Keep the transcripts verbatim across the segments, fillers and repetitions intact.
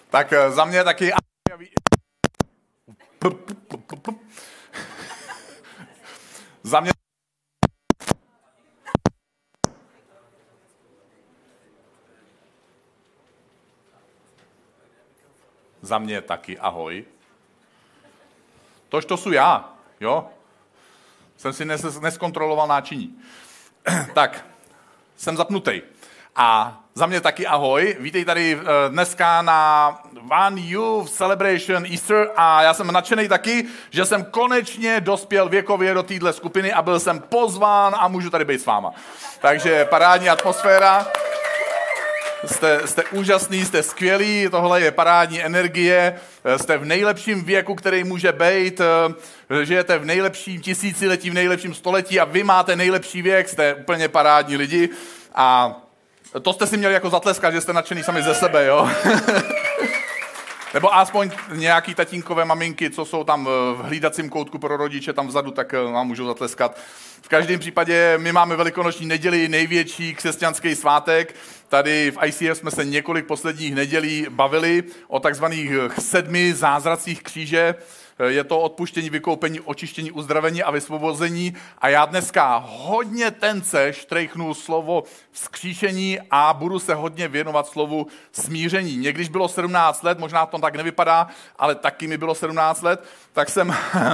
Tak za mě taky... Za mě... Za mě taky ahoj. Tož to jsou já, jo? Jsem si nes- neskontroloval náčiní. Tak, jsem zapnutej. A za mě taky ahoj. Vítej tady dneska na One Youth Celebration Easter a já jsem nadšený taky, že jsem konečně dospěl věkově do téhle skupiny a byl jsem pozván a můžu tady být s váma. Takže parádní atmosféra. Jste, jste úžasný, jste skvělí, tohle je parádní energie, jste v nejlepším věku, který může být, žijete v nejlepším tisíciletí, v nejlepším století a vy máte nejlepší věk, jste úplně parádní lidi a to jste si měli jako zatleskat, že jste nadšený sami ze sebe, jo? Nebo aspoň nějaký tatínkové maminky, co jsou tam v hlídacím koutku pro rodiče tam vzadu, tak vám můžou zatleskat. V každém případě my máme velikonoční neděli, největší křesťanský svátek. Tady v I C F jsme se několik posledních nedělí bavili o takzvaných sedmi zázracích kříže. Je to odpuštění, vykoupení, očištění, uzdravení a vysvobození. A já dneska hodně tence štrejchnu slovo vzkříšení a budu se hodně věnovat slovu smíření. Mě když bylo sedmnáct let, možná to tak nevypadá, ale taky mi bylo sedmnáct let, tak jsem,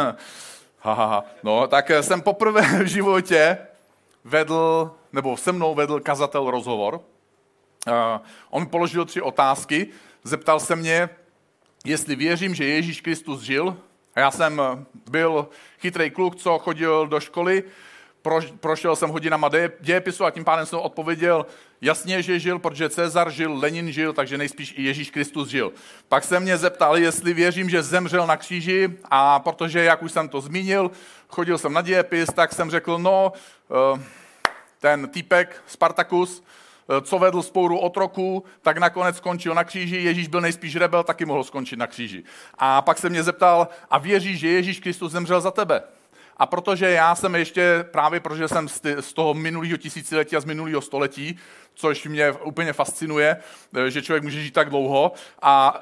no, tak jsem poprvé v životě vedl, nebo se mnou vedl kazatel rozhovor. Uh, on položil tři otázky, zeptal se mě, jestli věřím, že Ježíš Kristus žil. A já jsem byl chytrý kluk, co chodil do školy, prošel jsem hodinama dějepisu a tím pádem jsem odpověděl jasně, že žil, protože Cezar žil, Lenin žil, takže nejspíš i Ježíš Kristus žil. Pak se mě zeptal, jestli věřím, že zemřel na kříži a protože, jak už jsem to zmínil, chodil jsem na dějepis, tak jsem řekl, no, ten týpek, Spartacus, co vedl spouru otroků, tak nakonec skončil na kříži. Ježíš byl nejspíš rebel, taky mohl skončit na kříži. A pak se mě zeptal, a věříš, že Ježíš Kristus zemřel za tebe? A protože já jsem ještě, právě protože jsem z toho minulého tisíciletí a z minulého století, což mě úplně fascinuje, že člověk může žít tak dlouho a,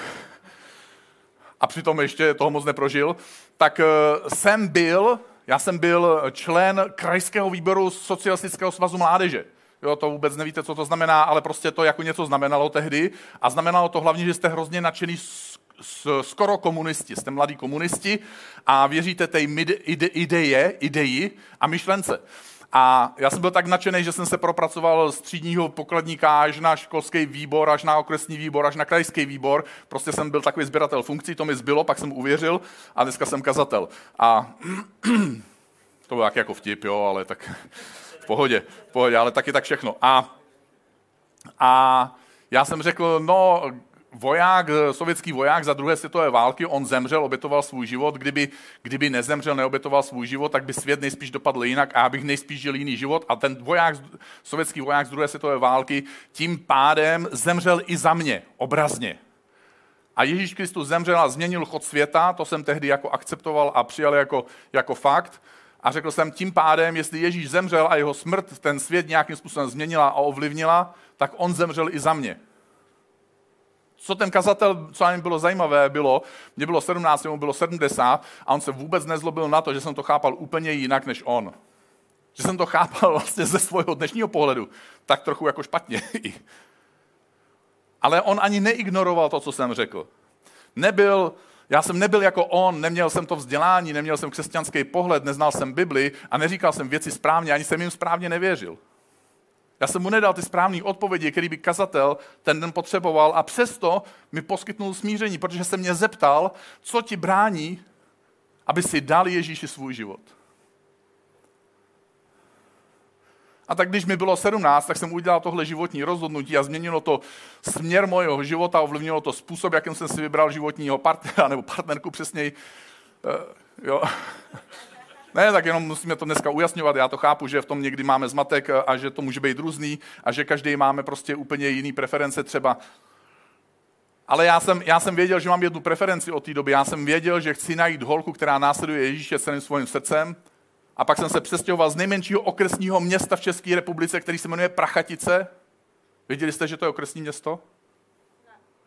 a přitom ještě toho moc neprožil, tak jsem byl, já jsem byl člen krajského výboru Socialistického svazu mládeže. Jo, to vůbec nevíte, co to znamená, ale prostě to jako něco znamenalo tehdy. A znamenalo to hlavně, že jste hrozně nadšený skoro komunisti. Jste mladí komunisti a věříte té ide, ideje, ideji a myšlence. A já jsem byl tak nadšený, že jsem se propracoval z třídního pokladníka až na školský výbor, až na okresní výbor, až na krajský výbor. Prostě jsem byl takový sběratel funkcí, to mi zbylo, pak jsem uvěřil a dneska jsem kazatel. A to byl jako vtip, jo, ale tak... V pohodě, v pohodě, ale taky tak všechno. A, a já jsem řekl, no, voják, sovětský voják za druhé světové války, on zemřel, obětoval svůj život. Kdyby, kdyby nezemřel, neobětoval svůj život, tak by svět nejspíš dopadl jinak a já bych nejspíš žil jiný život. A ten voják, sovětský voják z druhé světové války tím pádem zemřel i za mě, obrazně. A Ježíš Kristus zemřel a změnil chod světa, to jsem tehdy jako akceptoval a přijal jako, jako fakt. A řekl jsem, tím pádem, jestli Ježíš zemřel a jeho smrt ten svět nějakým způsobem změnila a ovlivnila, tak on zemřel i za mě. Co ten kazatel, co na něm bylo zajímavé, bylo, mě bylo sedmnáct, mu bylo sedmdesát a on se vůbec nezlobil na to, že jsem to chápal úplně jinak než on. Že jsem to chápal vlastně ze svého dnešního pohledu tak trochu jako špatně. Ale on ani neignoroval to, co jsem řekl. Nebyl... Já jsem nebyl jako on, neměl jsem to vzdělání, neměl jsem křesťanský pohled, neznal jsem Bibli a neříkal jsem věci správně, ani jsem jim správně nevěřil. Já jsem mu nedal ty správné odpovědi, který by kazatel ten den potřeboval a přesto mi poskytnul smíření, protože se mě zeptal, co ti brání, aby si dal Ježíši svůj život. A tak když mi bylo sedmnáct, tak jsem udělal tohle životní rozhodnutí a změnilo to směr mojeho života, ovlivnilo to způsob, jakým jsem si vybral životního partnera, nebo partnerku přesněji. Uh, jo. Ne, tak jenom musíme to dneska ujasňovat. Já to chápu, že v tom někdy máme zmatek a že to může být různý a že každý máme prostě úplně jiný preference třeba. Ale já jsem, já jsem věděl, že mám jednu preferenci od té doby. Já jsem věděl, že chci najít holku, která následuje Ježíše celým svým srdcem. A pak jsem se přestěhoval z nejmenšího okresního města v České republice, který se jmenuje Prachatice. Věděli jste, že to je okresní město?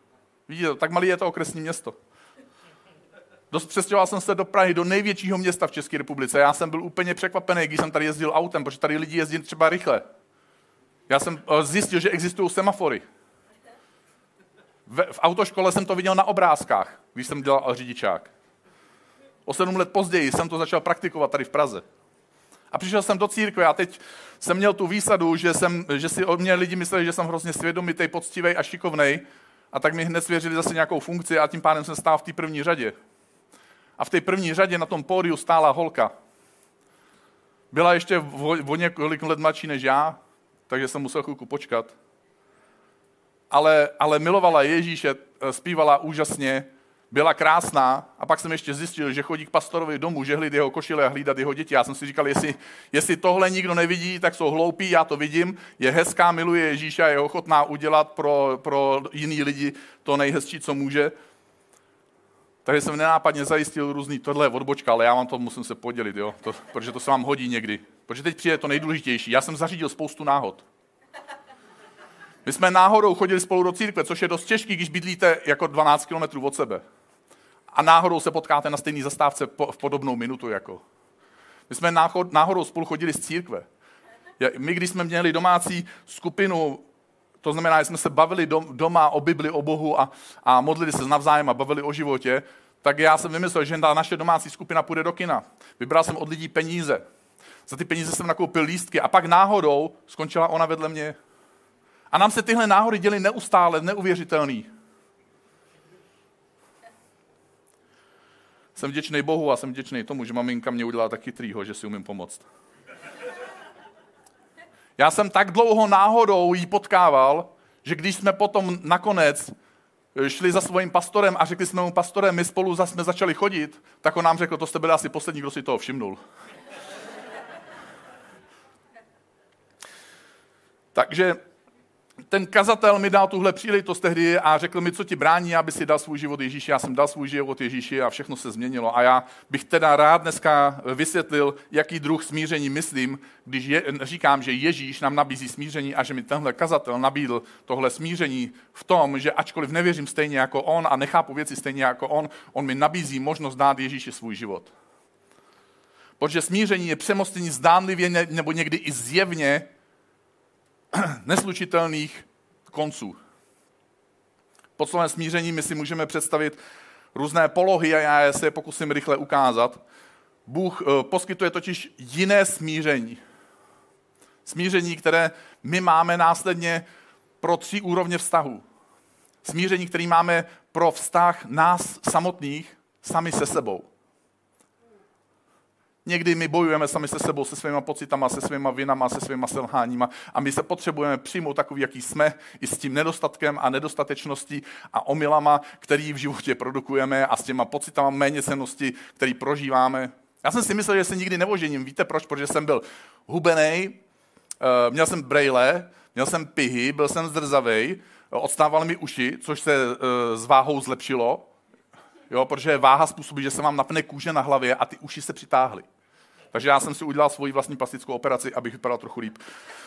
Vidíte, tak malý je to okresní město. Dost přestěhoval jsem se do Prahy, do největšího města v České republice. Já jsem byl úplně překvapený, když jsem tady jezdil autem, protože tady lidi jezdí třeba rychle. Já jsem zjistil, že existují semafory. V, v autoškole jsem to viděl na obrázkách, když jsem dělal řidičák. O sedm let později jsem to začal praktikovat tady v Praze. A přišel jsem do církve a teď jsem měl tu výsadu, že, jsem, že si od mě lidi mysleli, že jsem hrozně svědomitý, poctivý a šikovnej. A tak mi hned svěřili zase nějakou funkci a tím pádem jsem stál v té první řadě. A v té první řadě na tom pódiu stála holka. Byla ještě o několik let mladší než já, takže jsem musel chvilku počkat. Ale, ale milovala Ježíše, zpívala úžasně, byla krásná a pak jsem ještě zjistil, že chodí k pastorovi domů, žehlit jeho košile a hlídat jeho děti. Já jsem si říkal, jestli, jestli tohle nikdo nevidí, tak jsou hloupí, já to vidím. Je hezká, miluje Ježíše a je ochotná udělat pro, pro jiný lidi to nejhezčí, co může. Takže jsem nenápadně zajistil různý, tohle je odbočka, ale já vám to musím se podělit, jo? To, protože to se vám hodí někdy. Protože teď přijde to nejdůležitější. Já jsem zařídil spoustu náhod. My jsme náhodou chodili spolu do církve, což je dost těžký, když bydlíte jako dvanáct kilometrů od sebe. A náhodou se potkáte na stejné zastávce po, v podobnou minutu. Jako. My jsme náhod, náhodou spolu chodili z církve. My, když jsme měli domácí skupinu, to znamená, že jsme se bavili doma o Bibli, o Bohu a, a modlili se navzájem a bavili o životě, tak já jsem vymyslel, že ta naše domácí skupina půjde do kina. Vybral jsem od lidí peníze. Za ty peníze jsem nakoupil lístky a pak náhodou skončila ona vedle mě. A nám se tyhle náhody děly neustále, neuvěřitelný. Jsem vděčný Bohu a jsem vděčný tomu, že maminka mě udělala tak chytrýho, že si umím pomoct. Já jsem tak dlouho náhodou jí potkával, že když jsme potom nakonec šli za svým pastorem a řekli jsme mu pastorem, my spolu jsme začali chodit, tak on nám řekl, to jste byli asi poslední, kdo si toho všimnul. Takže ten kazatel mi dal tuhle příležitost tehdy a řekl mi, co ti brání, aby si dal svůj život Ježíši. Já jsem dal svůj život Ježíši a všechno se změnilo. A já bych teda rád dneska vysvětlil, jaký druh smíření myslím, když je, říkám, že Ježíš nám nabízí smíření a že mi tenhle kazatel nabídl tohle smíření v tom, že ačkoliv nevěřím stejně jako on a nechápu věci stejně jako on, on mi nabízí možnost dát Ježíši svůj život. Protože smíření je přemostění zdánlivě nebo někdy i zjevně neslučitelných konců. Pod slovem smíření my si můžeme představit různé polohy a já se je pokusím rychle ukázat. Bůh poskytuje totiž jiné smíření. Smíření, které my máme následně pro tři úrovně vztahu. Smíření, který máme pro vztah nás samotných sami se sebou. Někdy my bojujeme sami se sebou, se svýma pocitama, se svýma vinama, se svýma selháníma a my se potřebujeme přijmout takový, jaký jsme, i s tím nedostatkem a nedostatečností a omylama, který v životě produkujeme a s těma pocitama méněcennosti, který prožíváme. Já jsem si myslel, že se nikdy neožením. Víte proč? Protože jsem byl hubenej, měl jsem brejle, měl jsem pihy, byl jsem zdrzavej, odstávaly mi uši, což se s váhou zlepšilo, jo, protože váha způsobí, že se vám napne kůže na hlavě a ty uši se přitáhly. Takže já jsem si udělal svoji vlastní plastickou operaci, abych vypadal trochu líp.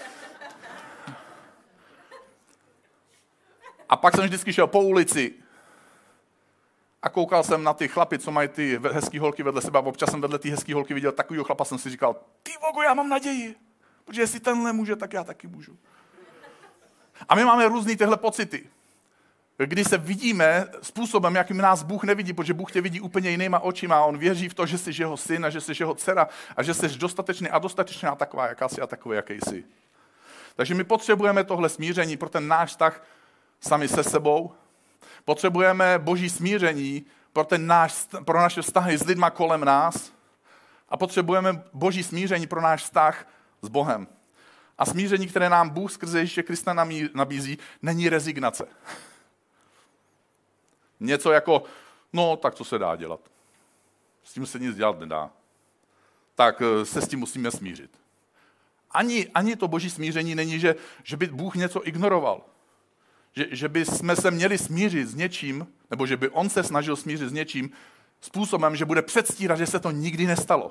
A pak jsem vždycky šel po ulici a koukal jsem na ty chlapy, co mají ty hezký holky vedle sebe a občas jsem vedle ty hezký holky viděl takovýho chlapa, jsem si říkal, ty vogo, já mám naději, protože jestli tenhle může, tak já taky můžu. A my máme různý tyhle pocity. Kdy se vidíme způsobem, jakým nás Bůh nevidí, protože Bůh tě vidí úplně jinýma očima a on věří v to, že jsi jeho syn a že jsi jeho dcera a že jsi dostatečný a dostatečná taková, jaká jsi a takový, jaký jsi. Takže my potřebujeme tohle smíření pro ten náš vztah sami se sebou. Potřebujeme boží smíření pro, ten náš, pro naše vztahy s lidma kolem nás a potřebujeme boží smíření pro náš vztah s Bohem. A smíření, které nám Bůh skrze Ježíše Krista nabízí, není rezignace. Něco jako, no tak co se dá dělat? S tím se nic dělat nedá. Tak se s tím musíme smířit. Ani, ani to boží smíření není, že, že by Bůh něco ignoroval. Že, že by jsme se měli smířit s něčím, nebo že by on se snažil smířit s něčím způsobem, že bude předstírat, že se to nikdy nestalo.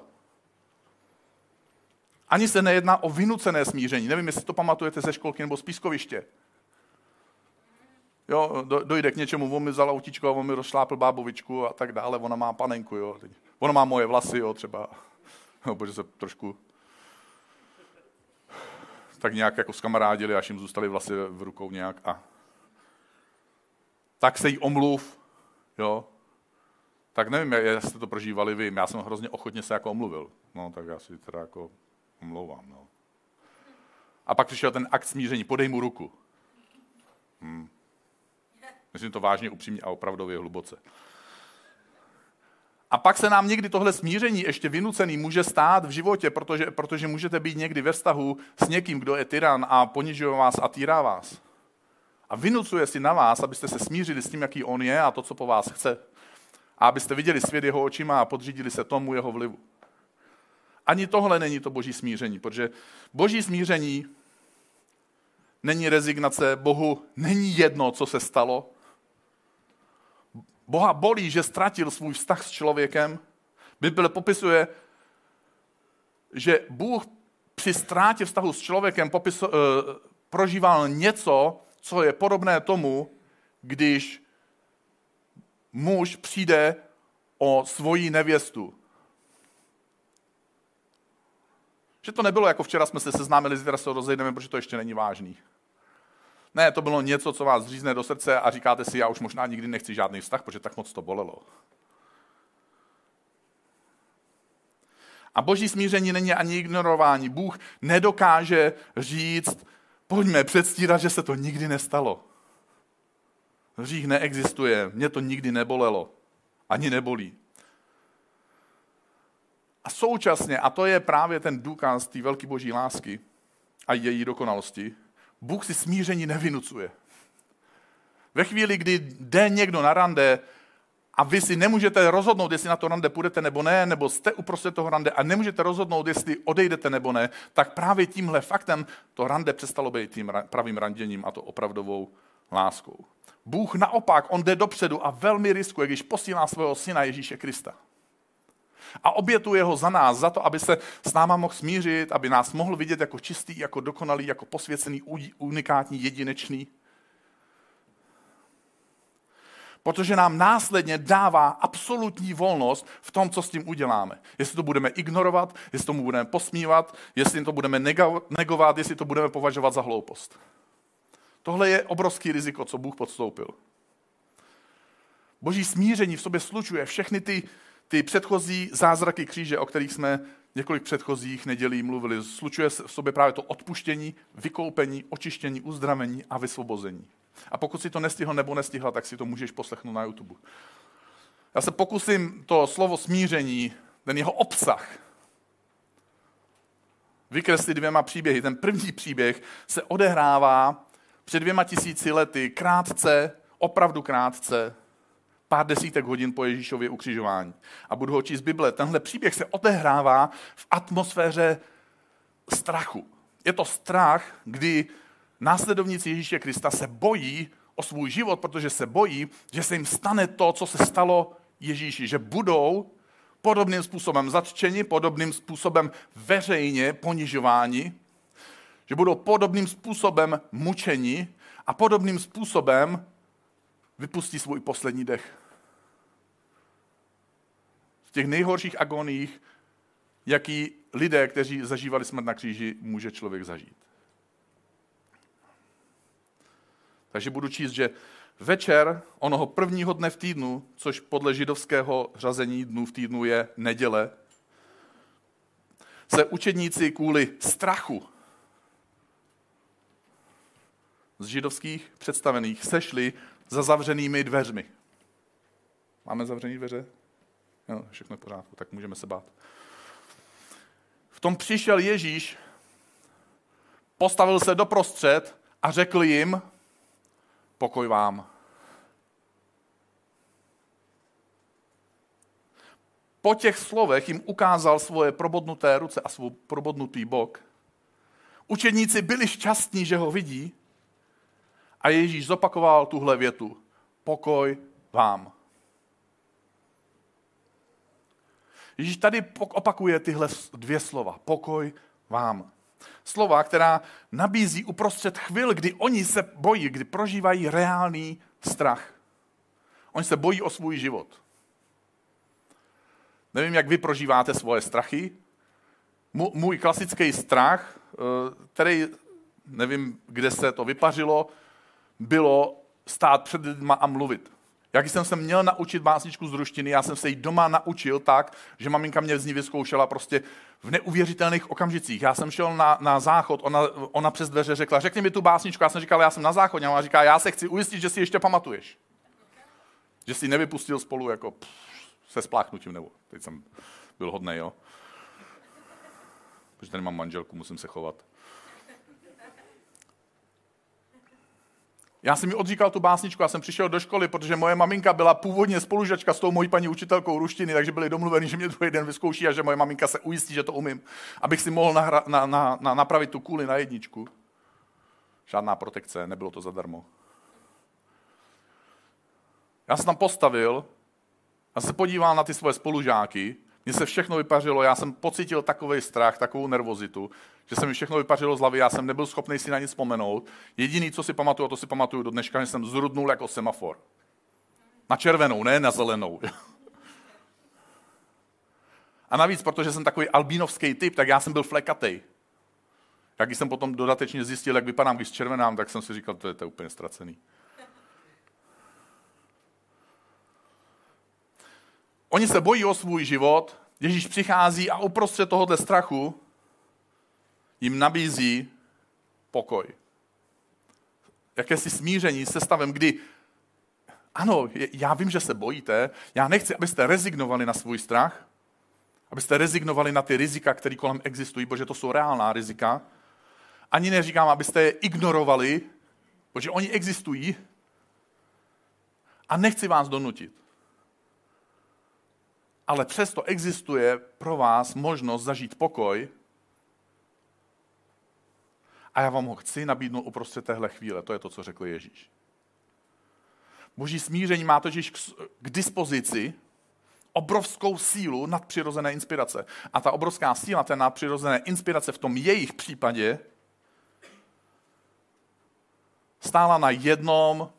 Ani se nejedná o vynucené smíření. Nevím, jestli to pamatujete ze školky nebo z pískoviště. Jo, do, dojde k něčemu, on mi vzal autíčko a on mi rozšlápl bábovičku a tak dále, ona má panenku, jo. Ona má moje vlasy, jo, třeba. No, protože se trošku tak nějak jako zkamarádili, až jim zůstaly vlasy v rukou nějak a tak se jí omluv, jo. Tak nevím, jak jste to prožívali vy, já jsem hrozně ochotně se jako omluvil, no, tak já si teda jako omlouvám, no. A pak přišel ten akt smíření, podej mu ruku. Hmm. Myslím to vážně, upřímně a opravdově hluboce. A pak se nám někdy tohle smíření ještě vynucený může stát v životě, protože, protože můžete být někdy ve vztahu s někým, kdo je tyran a ponižuje vás a týrá vás. A vynucuje si na vás, abyste se smířili s tím, jaký on je a to, co po vás chce. A abyste viděli svět jeho očima a podřídili se tomu jeho vlivu. Ani tohle není to boží smíření, protože boží smíření není rezignace, Bohu není jedno, co se stalo. Boha bolí, že ztratil svůj vztah s člověkem. Bible popisuje, že Bůh při ztrátě vztahu s člověkem popiso, uh, prožíval něco, co je podobné tomu, když muž přijde o svoji nevěstu. Že to nebylo jako včera jsme se seznámili, zítra se rozejdeme, protože to ještě není vážný. Ne, to bylo něco, co vás řízne do srdce a říkáte si, já už možná nikdy nechci žádný vztah, protože tak moc to bolelo. A boží smíření není ani ignorování. Bůh nedokáže říct, pojďme předstírat, že se to nikdy nestalo. Hřích neexistuje, mě to nikdy nebolelo, ani nebolí. A současně, a to je právě ten důkaz té velké boží lásky a její dokonalosti, Bůh si smíření nevynucuje. Ve chvíli, kdy jde někdo na rande a vy si nemůžete rozhodnout, jestli na to rande půjdete nebo ne, nebo jste uprostřed toho rande a nemůžete rozhodnout, jestli odejdete nebo ne, tak právě tímhle faktem to rande přestalo být tím pravým randěním a to opravdovou láskou. Bůh naopak, on jde dopředu a velmi riskuje, když posílá svého syna Ježíše Krista. A obětuje ho za nás, za to, aby se s náma mohl smířit, aby nás mohl vidět jako čistý, jako dokonalý, jako posvěcený, unikátní, jedinečný. Protože nám následně dává absolutní volnost v tom, co s tím uděláme. Jestli to budeme ignorovat, jestli tomu budeme posmívat, jestli to budeme negovat, jestli to budeme považovat za hloupost. Tohle je obrovský riziko, co Bůh podstoupil. Boží smíření v sobě slučuje všechny ty Ty předchozí zázraky kříže, o kterých jsme několik předchozích nedělí mluvili, slučuje v sobě právě to odpuštění, vykoupení, očištění, uzdravení a vysvobození. A pokud si to nestihl nebo nestihla, tak si to můžeš poslechnout na YouTube. Já se pokusím to slovo smíření, ten jeho obsah, vykreslit dvěma příběhy. Ten první příběh se odehrává před dvěma tisíci lety, krátce, opravdu krátce, pár desítek hodin po Ježíšově ukřižování. A budu ho číst z Bible. Tenhle příběh se odehrává v atmosféře strachu. Je to strach, kdy následovníci Ježíše Krista se bojí o svůj život, protože se bojí, že se jim stane to, co se stalo Ježíši. Že budou podobným způsobem zatčeni, podobným způsobem veřejně ponižováni, že budou podobným způsobem mučeni a podobným způsobem vypustí svůj poslední dech. V těch nejhorších agoniích, jaký lidé, kteří zažívali smrt na kříži, může člověk zažít. Takže budu číst, že večer onoho prvního dne v týdnu, což podle židovského řazení dnů v týdnu je neděle, se učedníci kvůli strachu z židovských představených sešli za zavřenými dveřmi. Máme zavřené dveře? Jo, všechno je v pořádku, tak můžeme se bát. V tom přišel Ježíš, postavil se doprostřed a řekl jim, pokoj vám. Po těch slovech jim ukázal svoje probodnuté ruce a svůj probodnutý bok. Učedníci byli šťastní, že ho vidí, a Ježíš zopakoval tuhle větu. Pokoj vám. Ježíš tady opakuje tyhle dvě slova. Pokoj vám. Slova, která nabízí uprostřed chvil, kdy oni se bojí, kdy prožívají reálný strach. Oni se bojí o svůj život. Nevím, jak vy prožíváte svoje strachy. Můj klasický strach, který, nevím, kde se to vypařilo, bylo stát před lidma a mluvit. Jak jsem se měl naučit básničku z ruštiny, já jsem se jí doma naučil tak, že maminka mě z ní vyzkoušela prostě v neuvěřitelných okamžicích. Já jsem šel na, na záchod, ona, ona přes dveře řekla, řekni mi tu básničku, já jsem říkal, já jsem na záchodě, a ona říká, já se chci ujistit, že si ještě pamatuješ. Že si nevypustil spolu jako pff, se spláchnutím, nebo teď jsem byl hodnej, jo. Protože tady mám manželku, musím se chovat. Já jsem mi odříkal tu básničku, já jsem přišel do školy, protože moje maminka byla původně spolužačka s tou mojí paní učitelkou ruštiny, takže byli domluveni, že mě druhý den vyzkouší a že moje maminka se ujistí, že to umím, abych si mohl nahra- na, na, na, napravit tu kůli na jedničku. Žádná protekce, nebylo to zadarmo. Já jsem tam postavil, já jsem se podíval na ty svoje spolužáky, mně se všechno vypařilo, já jsem pocítil takový strach, takovou nervozitu, že se mi všechno vypařilo z hlavy, já jsem nebyl schopný si na nic vzpomenout. Jediný, co si pamatuju, a to si pamatuju do dneška, že jsem zrudnul jako semafor. Na červenou, ne na zelenou. A navíc, protože jsem takový albínovský typ, tak já jsem byl flekatej. Jak jsem potom dodatečně zjistil, jak vypadám, když červenám, tak jsem si říkal, to je, to je úplně ztracený. Oni se bojí o svůj život, Ježíš přichází a uprostřed tohoto strachu jim nabízí pokoj. Jakési smíření se stavem, kdy ano, já vím, že se bojíte, já nechci, abyste rezignovali na svůj strach, abyste rezignovali na ty rizika, které kolem existují, protože to jsou reálná rizika. Ani neříkám, abyste je ignorovali, protože oni existují a nechci vás donutit. Ale přesto existuje pro vás možnost zažít pokoj a já vám ho chci nabídnout uprostřed téhle chvíle. To je to, co řekl Ježíš. Boží smíření má totiž k, k dispozici obrovskou sílu nadpřirozené inspirace. A ta obrovská síla té nadpřirozené inspirace v tom jejich případě stála na jednom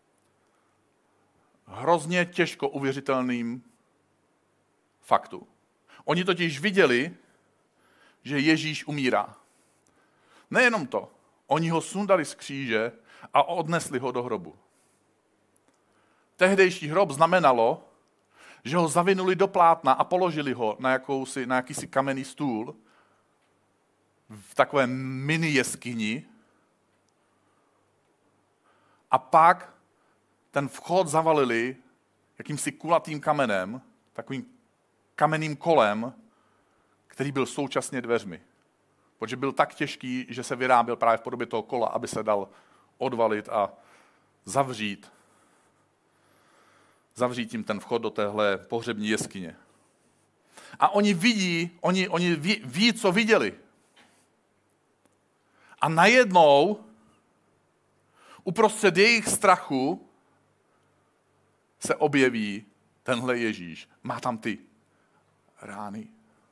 hrozně těžko uvěřitelným faktu. Oni totiž viděli, že Ježíš umírá. Nejenom to, oni ho sundali z kříže a odnesli ho do hrobu. Tehdejší hrob znamenalo, že ho zavinuli do plátna a položili ho na, jakousi, na jakýsi kamenný stůl v takové mini jeskyni a pak ten vchod zavalili jakýmsi kulatým kamenem, takovým kamenným kolem, který byl současně dveřmi. Protože byl tak těžký, že se vyráběl právě v podobě toho kola, aby se dal odvalit a zavřít. Zavřít tím ten vchod do téhle pohřební jeskyně. A oni vidí, oni, oni ví, ví, co viděli. A najednou uprostřed jejich strachu se objeví tenhle Ježíš. Má tam ty rány.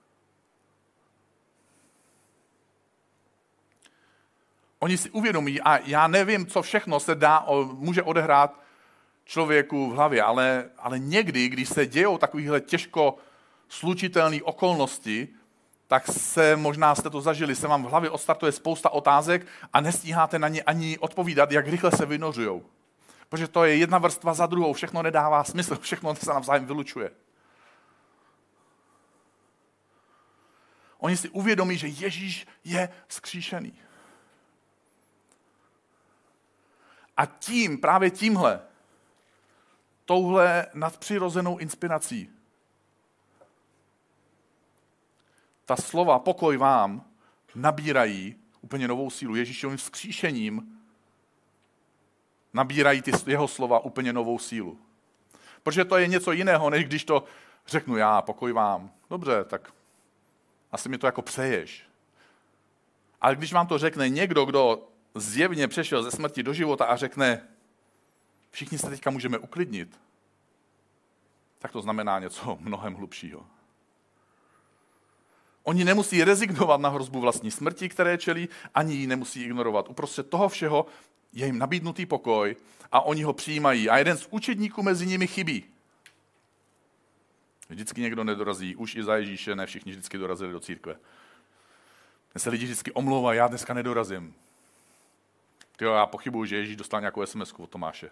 Oni si uvědomí, a já nevím, co všechno se dá, může odehrát člověku v hlavě, ale, ale někdy, když se dějou takovýhle těžko slučitelné okolnosti, tak se, možná jste to zažili, se vám v hlavě odstartuje spousta otázek a nestíháte na ně ani odpovídat, jak rychle se vynořujou. Protože to je jedna vrstva za druhou, všechno nedává smysl, všechno se navzájem vylučuje. Oni si uvědomí, že Ježíš je vzkříšený. A tím, právě tímhle, touhle nadpřirozenou inspirací, ta slova pokoj vám nabírají úplně novou sílu. Ježíšovým vzkříšením nabírají ty jeho slova úplně novou sílu. Protože to je něco jiného, než když to řeknu já, pokoj vám. Dobře, tak asi mi to jako přeješ. Ale když vám to řekne někdo, kdo zjevně přešel ze smrti do života a řekne, všichni se teďka můžeme uklidnit, tak to znamená něco mnohem hlubšího. Oni nemusí rezignovat na hrozbu vlastní smrti, které čelí, ani ji nemusí ignorovat. Uprostřed toho všeho je jim nabídnutý pokoj a oni ho přijímají. A jeden z učedníků mezi nimi chybí. Vždycky někdo nedorazí, už i za Ježíše, ne všichni vždycky dorazili do církve. Dnes se lidi vždycky omlouvají, já dneska nedorazím. Tyjo, já pochybuju, že Ježíš dostal nějakou es em esku od Tomáše.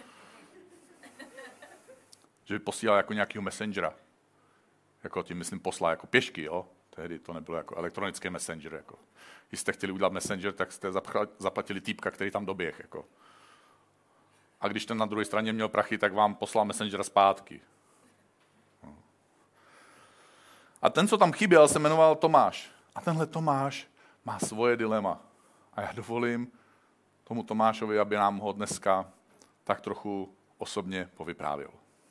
Že by posílal jako nějakého messengera. Jako tím myslím poslal, jako pěšky, jo. Tehdy to nebylo jako elektronický messenger. Jako. Když jste chtěli udělat messenger, tak jste zaplatili týpka, který tam doběh. Jako. A když ten na druhé straně měl prachy, tak vám poslal messengera zpátky. No. A ten, co tam chyběl, se jmenoval Tomáš. A tenhle Tomáš má svoje dilema. A já dovolím tomu Tomášovi, aby nám ho dneska tak trochu osobně povyprávěl.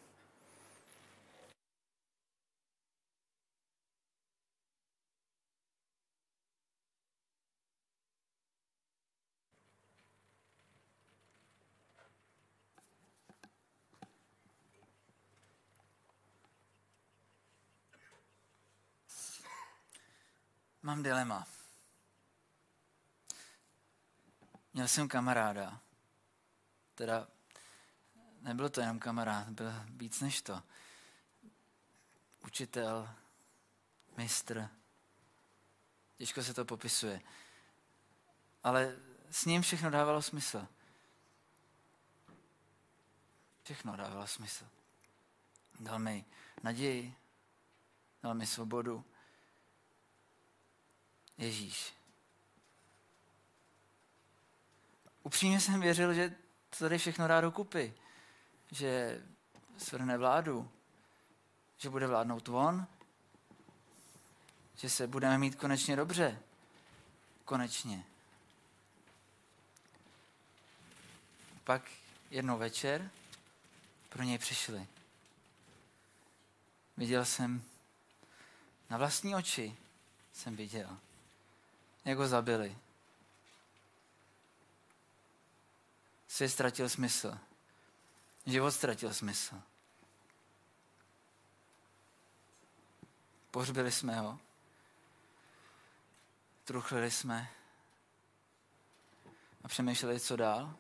Mám dilema. Měl jsem kamaráda. Teda nebyl to jenom kamarád, byl víc než to. Učitel, mistr. Těžko se to popisuje. Ale s ním všechno dávalo smysl. Všechno dávalo smysl. Dal mi naději, dal mi svobodu. Ježíš. Upřímně jsem věřil, že tady všechno dá dokupy. Že svrhne vládu. Že bude vládnout on. Že se budeme mít konečně dobře. Konečně. Pak jednou večer pro něj přišli. Viděl jsem, na vlastní oči jsem viděl, jak ho zabili. Svět ztratil smysl. Život ztratil smysl. Pohřbili jsme ho. Truchlili jsme. A přemýšleli, co dál.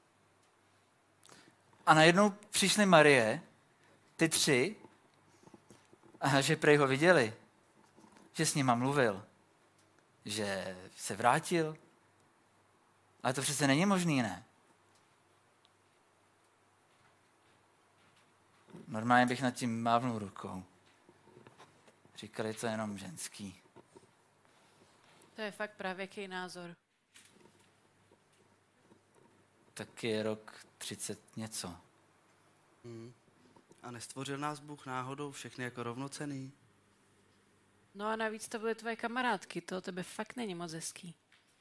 A najednou přišly Marie, ty tři, a že prej ho viděli. Že s nima mluvil. Že se vrátil. Ale to přece není možný, ne? Normálně bych nad tím mávnul rukou. Říkali to jenom ženský. To je fakt pravěký názor. Tak je rok třicet něco. Hmm. A nestvořil nás Bůh náhodou všechny jako rovnocenný? No a navíc to byly tvoje kamarádky, to o tebe fakt není moc hezký.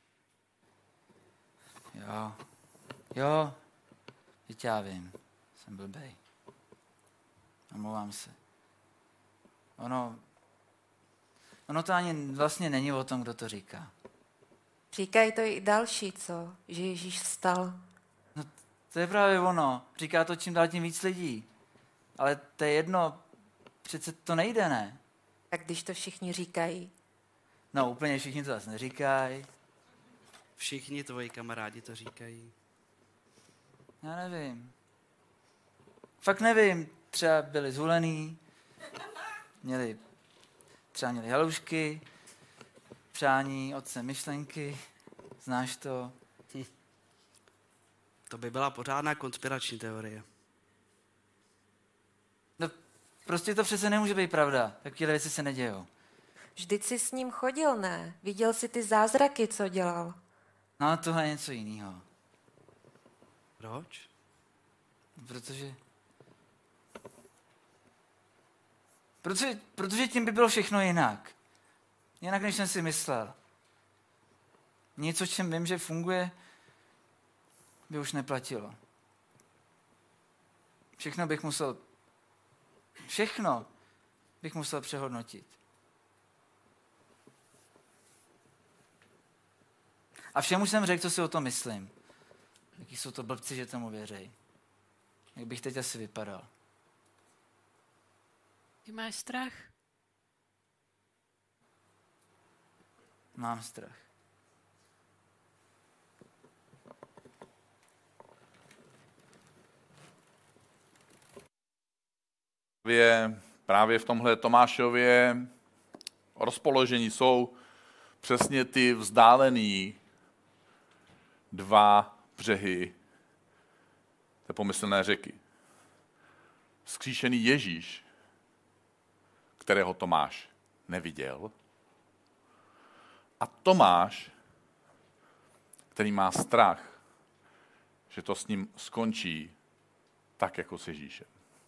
Jo, jo, teď já vím, jsem blbej. Omlouvám se. Ono, ono to ani vlastně není o tom, kdo to říká. Říkají to i další, co? Že Ježíš vstal. No to je právě ono. Říká to čím dál tím víc lidí. Ale to je jedno, přece to nejde, ne? Tak když to všichni říkají. No úplně všichni to zase neříkají. Všichni tvoji kamarádi to říkají. Já nevím. Fakt nevím. Třeba byli zhulený, měli, třeba měli halušky, přání, otce myšlenky, znáš to? Hm. To by byla pořádná konspirační teorie. No, prostě to přece nemůže být pravda. Takové věci se nedějou. Vždyť jsi s ním chodil, ne? Viděl jsi ty zázraky, co dělal. No ale tohle je něco jiného. Proč? Protože... Protože, protože tím by bylo všechno jinak. Jinak, než jsem si myslel. Něco, čem vím, že funguje, by už neplatilo. Všechno bych musel... Všechno bych musel přehodnotit. A všemu jsem řekl, co si o tom myslím. Jaký jsou to blbci, že tomu věří. Jak bych teď asi vypadal. Ty máš strach? mám strach. Právě v tomhle Tomášově rozpoložení jsou přesně ty vzdálený dva břehy té pomyslné řeky. Vzkříšený Ježíš, kterého Tomáš neviděl, a Tomáš, který má strach, že to s ním skončí tak, jako s Ježíšem.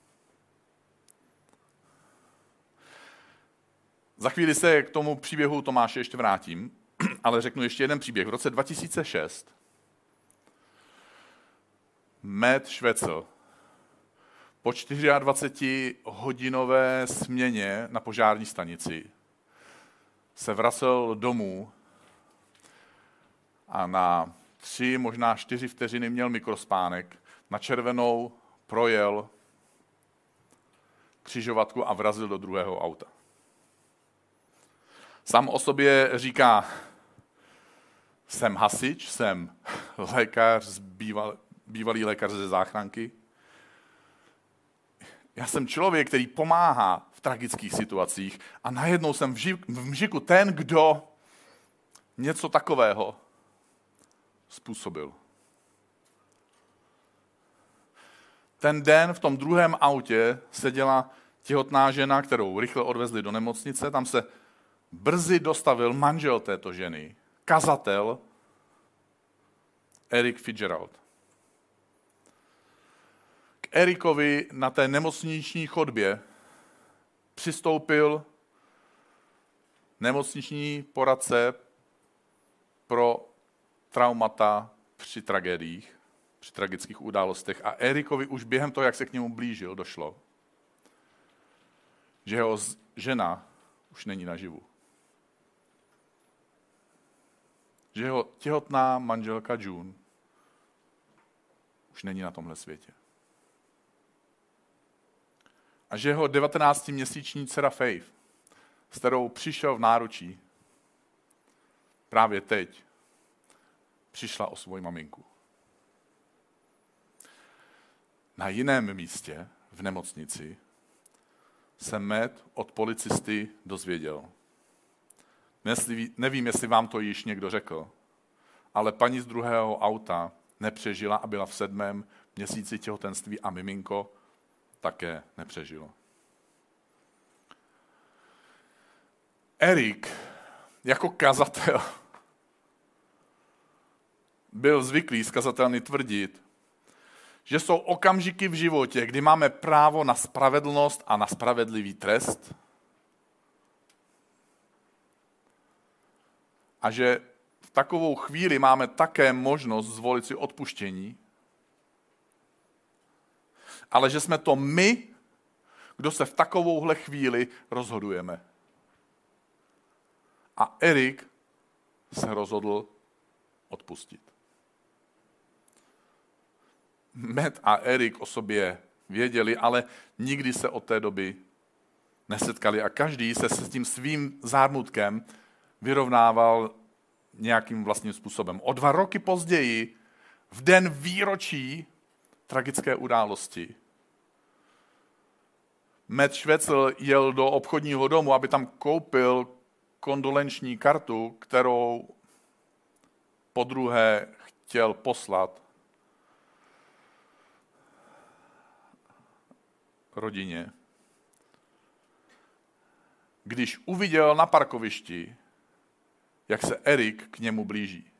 Za chvíli se k tomu příběhu Tomáše ještě vrátím, ale řeknu ještě jeden příběh. V roce dva tisíce šest Matt Schwetzel po dvacetičtyřhodinové směně na požární stanici se vracel domů a na tři, možná čtyři vteřiny měl mikrospánek, na červenou projel křižovatku a vrazil do druhého auta. Sám o sobě říká, jsem hasič, jsem lékař, býval, bývalý lékař ze záchranky. Já jsem člověk, který pomáhá v tragických situacích a najednou jsem v mžiku ten, kdo něco takového způsobil. Ten den v tom druhém autě seděla těhotná žena, kterou rychle odvezli do nemocnice. Tam se brzy dostavil manžel této ženy, kazatel Eric Fitzgerald. K Ericovi na té nemocniční chodbě přistoupil nemocniční poradce pro traumata při tragédiích, při tragických událostech. A Ericovi už během toho, jak se k němu blížil, došlo, že jeho žena už není naživu. Že jeho těhotná manželka June už není na tomhle světě. A že jeho devatenáctiměsíční dcera Faith, s kterou přišel v náručí, právě teď přišla o svoji maminku. Na jiném místě, v nemocnici, se Matt od policisty dozvěděl. Nevím, jestli vám to již někdo řekl, ale paní z druhého auta nepřežila a byla v sedmém měsíci těhotenství a miminko také nepřežilo. Erik jako kazatel byl zvyklý z kazatelny tvrdit, že jsou okamžiky v životě, kdy máme právo na spravedlnost a na spravedlivý trest a že v takovou chvíli máme také možnost zvolit si odpuštění, ale že jsme to my, kdo se v takovouhle chvíli rozhodujeme. A Erik se rozhodl odpustit. Matt a Erik o sobě věděli, ale nikdy se od té doby nesetkali a každý se s tím svým zármutkem vyrovnával nějakým vlastním způsobem. O dva roky později, v den výročí tragické události, Matt Schwetzel jel do obchodního domu, aby tam koupil kondolenční kartu, kterou podruhé chtěl poslat rodině. Když uviděl na parkovišti, jak se Erik k němu blíží.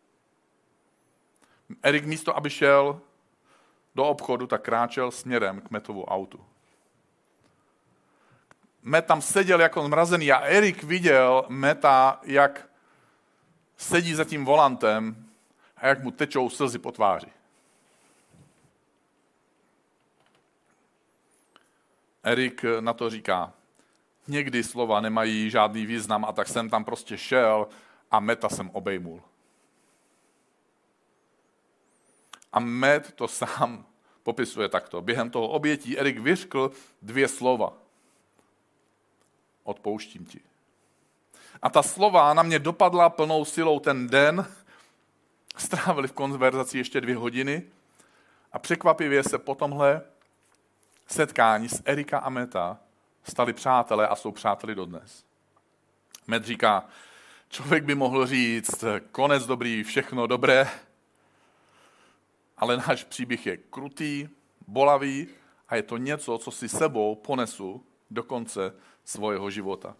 Erik místo, aby šel do obchodu, tak kráčel směrem k Mattovu autu. Matt tam seděl jako zmrazený a Erik viděl Matta, jak sedí za tím volantem a jak mu tečou slzy po tváři. Erik na to říká, někdy slova nemají žádný význam a tak jsem tam prostě šel a Matta jsem obejmul. A Matt to sám popisuje takto. Během toho obětí Erik vyřkl dvě slova. Odpouštím ti. A ta slova na mě dopadla plnou silou ten den. Strávili v konverzaci ještě dvě hodiny a překvapivě se po tomhle setkání s Erika a Meta stali přátelé a jsou přáteli dodnes. Matt říká, člověk by mohl říct, konec dobrý, všechno dobré, ale náš příběh je krutý, bolavý a je to něco, co si sebou ponesu do konce svého života.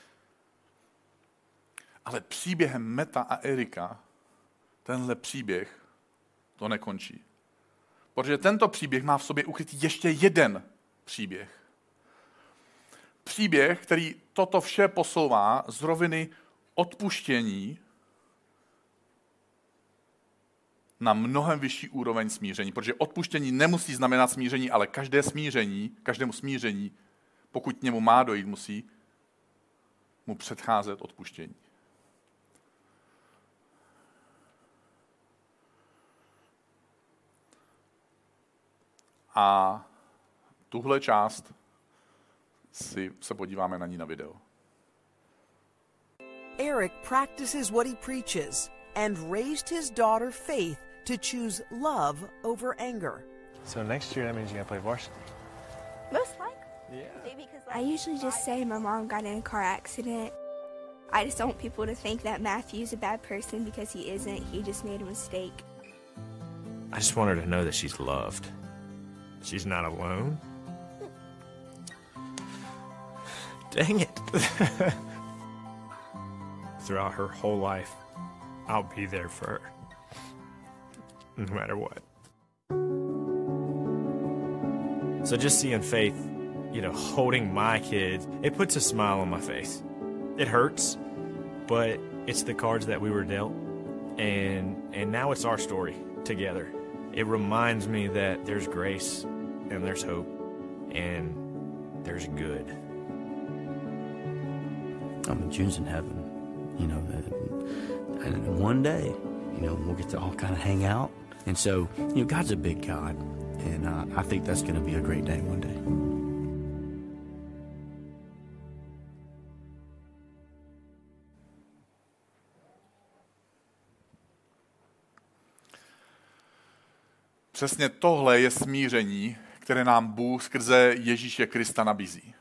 Ale příběhem Meta a Erika tenhle příběh to nekončí. Protože tento příběh má v sobě ukrytý ještě jeden příběh. Příběh, který toto vše posouvá z roviny odpuštění na mnohem vyšší úroveň smíření. Protože odpuštění nemusí znamenat smíření, ale každé smíření, každému smíření, pokud k němu má dojít, musí mu předcházet odpuštění. A tuhle část si se podíváme na ní na video. Eric practices what he preaches and raised his daughter Faith to choose love over anger. So next year that means you're gonna play varsity. Most likely. Yeah. Maybe 'cause like, I usually just say my mom got in a car accident. I just don't want people to think that Matthew's a bad person because he isn't. He just made a mistake. I just want her to know that she's loved. She's not alone. Dang it. Throughout her whole life, I'll be there for her. No matter what. So just seeing Faith, you know, holding my kids, it puts a smile on my face. It hurts, but it's the cards that we were dealt. And and now it's our story together. It reminds me that there's grace and there's hope and there's good. I mean, June's in heaven, you know, and one day, you know, we'll get to all kind of hang out. And so, you know, God's a big God, and uh, I think that's going to be a great day one day. Přesně tohle je smíření, které nám Bůh skrze Ježíše Krista nabízí.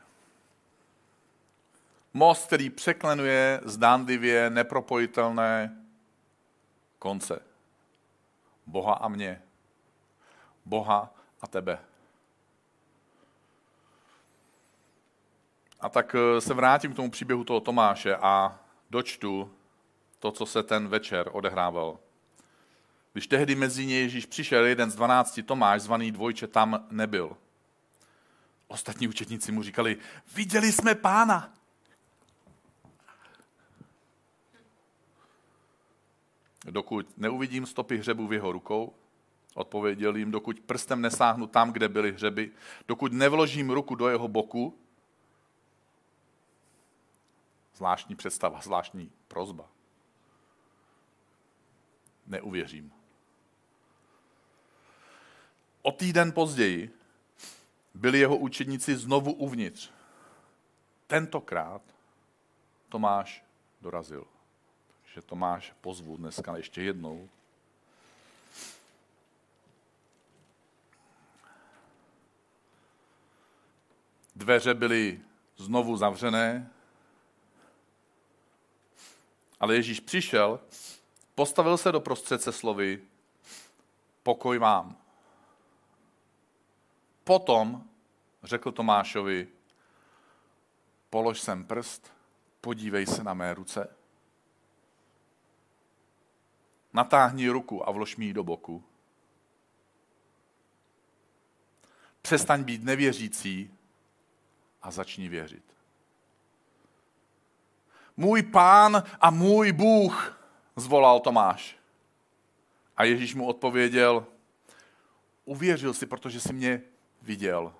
Most, který překlenuje zdánlivě nepropojitelné konce. Boha a mě. Boha a tebe. A tak se vrátím k tomu příběhu toho Tomáše a dočtu to, co se ten večer odehrával. Když tehdy mezi ně Ježíš přišel, jeden z dvanácti, Tomáš, zvaný Dvojče, tam nebyl. Ostatní učedníci mu říkali, viděli jsme Pána. Dokud neuvidím stopy hřebu v jeho rukou, odpověděl jim, dokud prstem nesáhnu tam, kde byly hřeby, dokud nevložím ruku do jeho boku, zvláštní představa, zvláštní prosba, neuvěřím. O týden později byli jeho učedníci znovu uvnitř. Tentokrát Tomáš dorazil. Takže Tomáš pozvu dneska ještě jednou. Dveře byly znovu zavřené, ale Ježíš přišel, postavil se doprostřed se slovy pokoj vám. Potom řekl Tomášovi, polož sem prst, podívej se na mé ruce. Natáhni ruku a vlož mi ji do boku. Přestaň být nevěřící a začni věřit. Můj Pán a můj Bůh, zvolal Tomáš. A Ježíš mu odpověděl, uvěřil jsi, protože jsi mě viděl.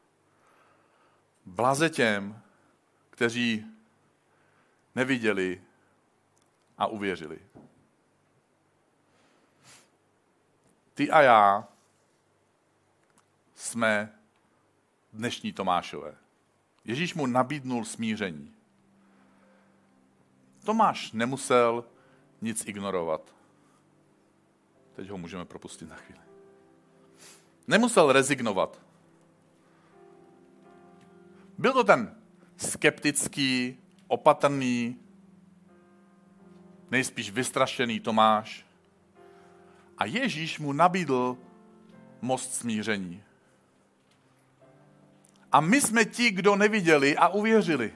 Blaze těm, kteří neviděli a uvěřili. Ty a já jsme dnešní Tomášové. Ježíš mu nabídnul smíření. Tomáš nemusel nic ignorovat. Teď ho můžeme propustit na chvíli. Nemusel rezignovat. Byl to ten skeptický, opatrný, nejspíš vystrašený Tomáš. A Ježíš mu nabídl most smíření. A my jsme ti, kdo neviděli a uvěřili.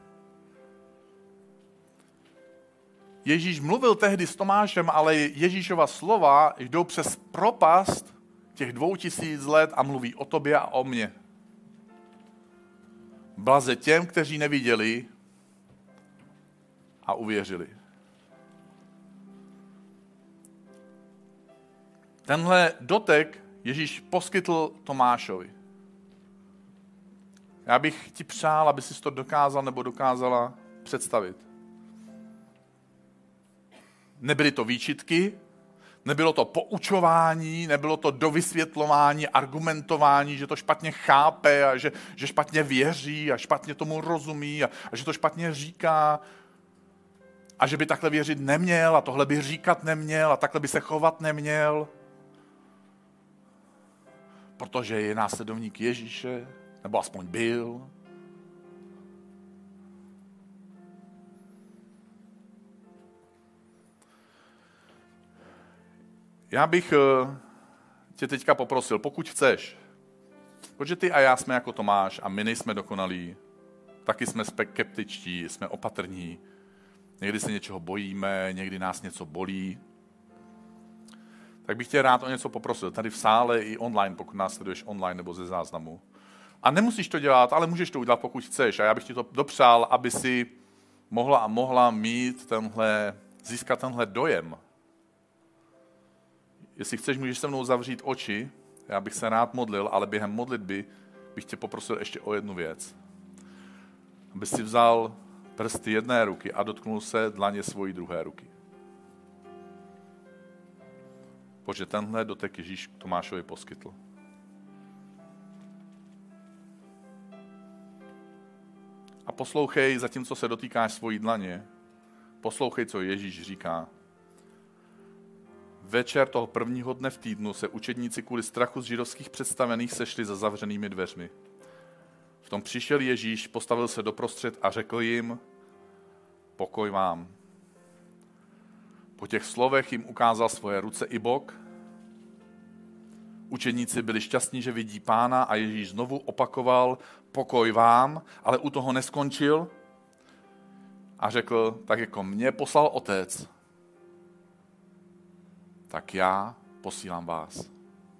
Ježíš mluvil tehdy s Tomášem, ale Ježíšova slova jdou přes propast těch dvou tisíc let a mluví o tobě a o mně. Blaze těm, kteří neviděli a uvěřili. Tenhle dotek Ježíš poskytl Tomášovi. Já bych ti přál, aby jsi to dokázal nebo dokázala představit. Nebyly to výčitky, nebylo to poučování, nebylo to dovysvětlování, argumentování, že to špatně chápe a že, že špatně věří a špatně tomu rozumí a, a že to špatně říká a že by takhle věřit neměl a tohle by říkat neměl a takhle by se chovat neměl, protože je následovník Ježíše, nebo aspoň byl. Já bych tě teďka poprosil, pokud chceš, protože ty a já jsme jako Tomáš a my nejsme dokonalí, taky jsme skeptičtí, jsme opatrní, někdy se něčeho bojíme, někdy nás něco bolí, tak bych tě rád o něco poprosil, tady v sále i online, pokud nás sleduješ online nebo ze záznamu. A nemusíš to dělat, ale můžeš to udělat, pokud chceš. A já bych ti to dopřál, aby si mohla a mohla mít tenhle, získat tenhle dojem. Jestli chceš, můžeš se mnou zavřít oči, já bych se rád modlil, ale během modlitby bych tě poprosil ještě o jednu věc. Aby si vzal prsty jedné ruky a dotknul se dlaně svojí druhé ruky. Protože tenhle dotek Ježíš Tomášovi poskytl. A poslouchej, zatímco se dotýkáš svojí dlaně, poslouchej, co Ježíš říká. Večer toho prvního dne v týdnu se učedníci kvůli strachu z židovských představených sešli za zavřenými dveřmi. V tom přišel Ježíš, postavil se doprostřed a řekl jim, pokoj vám. Po těch slovech jim ukázal svoje ruce i bok. Učedníci byli šťastní, že vidí Pána a Ježíš znovu opakoval, pokoj vám, ale u toho neskončil a řekl, tak jako mě poslal Otec, tak já posílám vás.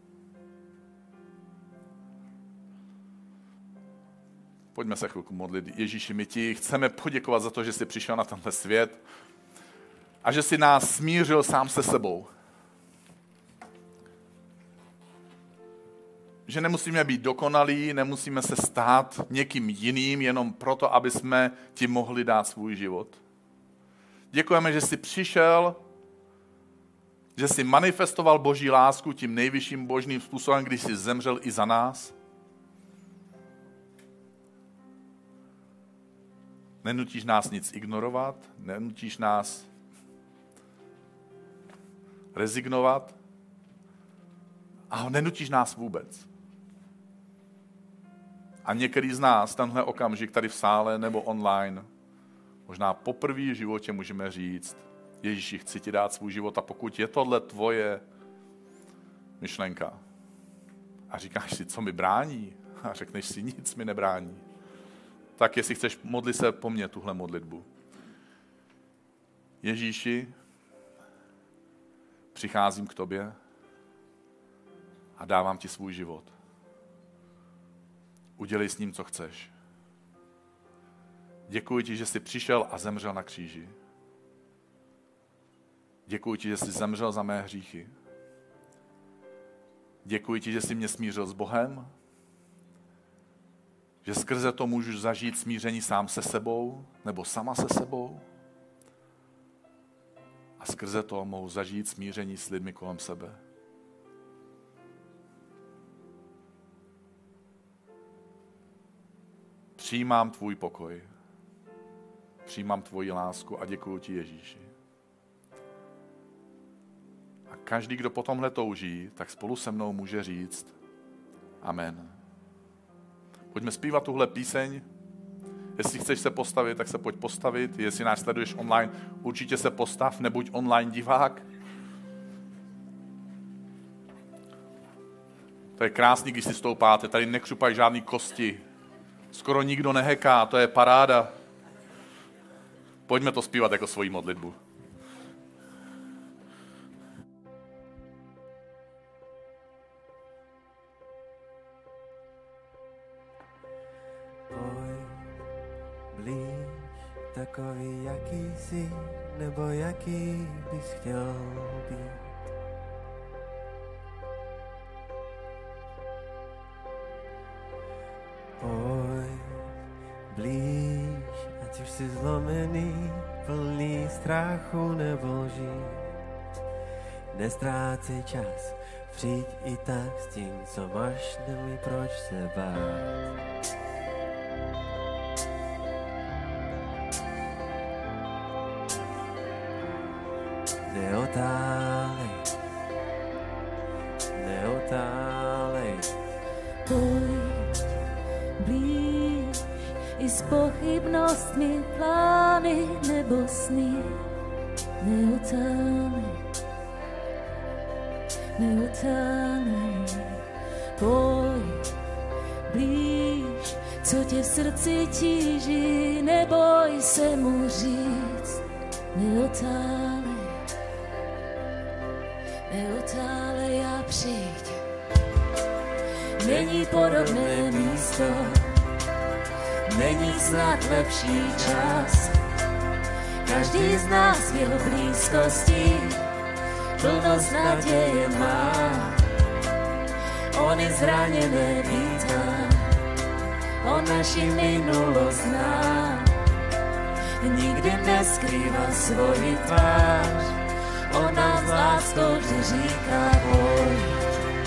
Pojďme se chvilku modlit. Ježíši, my ti chceme poděkovat za to, že jsi přišel na tenhle svět a že jsi nás smířil sám se sebou. Že nemusíme být dokonalí, nemusíme se stát někým jiným, jenom proto, aby jsme ti mohli dát svůj život. Děkujeme, že jsi přišel, že jsi manifestoval Boží lásku tím nejvyšším božným způsobem, když jsi zemřel i za nás. Nenutíš nás nic ignorovat, nenutíš nás rezignovat a nenutíš nás vůbec. A některý z nás tenhle okamžik tady v sále nebo online možná poprvé v životě můžeme říct, Ježíši, chci ti dát svůj život a pokud je tohle tvoje myšlenka a říkáš si, co mi brání a řekneš si, nic mi nebrání, tak jestli chceš, modli se po mně tuhle modlitbu. Ježíši, přicházím k tobě a dávám ti svůj život. Udělej s ním, co chceš. Děkuji ti, že jsi přišel a zemřel na kříži. Děkuji ti, že jsi zemřel za mé hříchy. Děkuji ti, že jsi mě smířil s Bohem, že skrze to můžu zažít smíření sám se sebou nebo sama se sebou a skrze to mohu zažít smíření s lidmi kolem sebe. Přijímám tvůj pokoj. přijímám tvoji lásku a děkuju ti, Ježíši. A každý, kdo po tomhle touží, tak spolu se mnou může říct amen. Pojďme zpívat tuhle píseň. Jestli chceš se postavit, tak se pojď postavit. Jestli nás sleduješ online, určitě se postav, nebuď online divák. To je krásný, když si stoupáte. Tady nekřupají žádný kosti. Skoro nikdo neheká, to je paráda. Pojďme to zpívat jako svoji modlitbu. Blíž, takový, jaký jsi, nebo jaký bys chtěl být. Pojď blíž, ať už jsi zlomený, plný strachu nebo lží. Nestrácej čas, přijď i tak s tím, co máš, nemůj proč se bát. Neotálej, neotálej. Pojď blíž, i s pochybnostmi, plány nebo sny. Neotálej, neotálej. Pojď blíž, co tě v srdci tíží, neboj se mu říct. Neotálej, neotálej a přijď. Není podobné místo, není snad lepší čas. Každý z nás v jeho blízkosti plnost naděje má. On je zraněné vítá, on naši minulost zná. Nikdy neskrývá svoji tvář, on nám s láskou vždy říká pojď.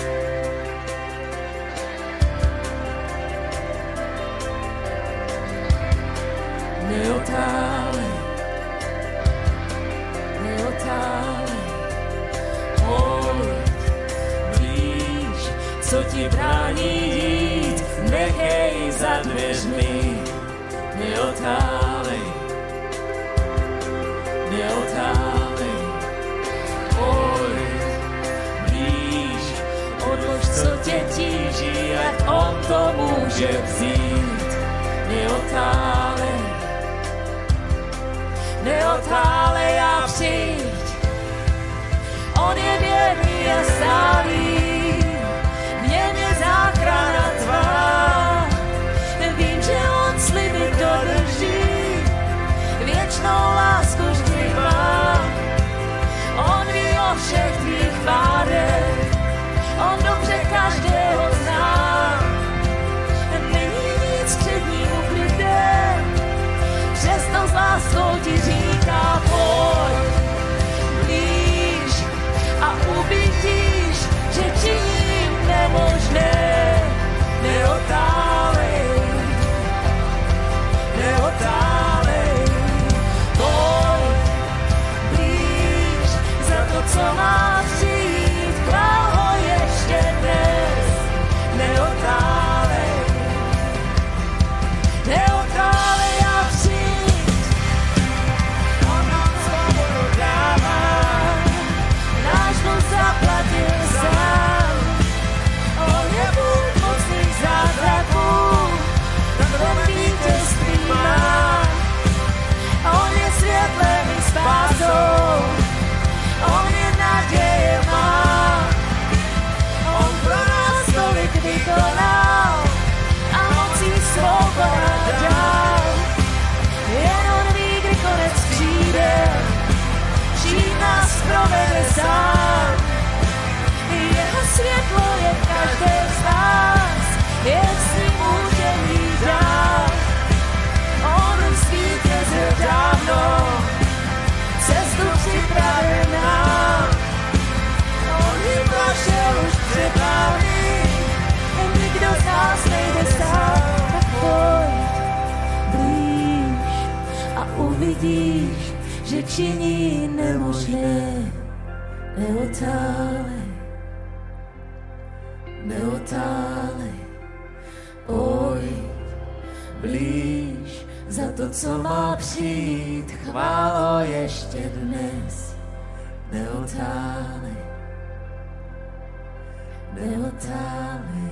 Neotálej, neotálej, pojď blíž, co ti brání jít, nechej za dveřmi. Neotálej, neotálej, pojď blíž, odlož, co tě tíží, ať on to může vzít. Neotálej, neotálej a přijď. On je věrný a stálý, v něm je záchrana tvá. Vím, že on sliby dodrží, věčnou lásku vždy má. On ví o všech tvých pádech, on dobře každého zná. Není nic před ním ukryté, přesto s láskou ti říká pojď blíž a uvidíš, že činím nemožné. Neotálej, neotálej, pojď blíž za to, co má přijít, král ho ještě dnes. Neotálej, neotálej a přijď. On nám svobodu dává, náš dluh zaplatil sám. On je Bůh mocných zázraků, na tom vítězství má. On je světlem i spásou, on je naděje má. On pro nás tolik vykonal a mocí svou dál. Jen on ví, kdy konec přijde, čím nás provede sám. Jeho světlo je v každém z nás, jestli může jít dál. On zvítězil dávno, cestu připravená. On ji prošel už před námi, nikdo z nás nejde sám. Tak pojď blíž a uvidíš, vidíš, že činí nemožné. Neotálej, neotálej, pojď blíž za to, co má přijít, chválo ještě dnes. Neotálej, neotálej.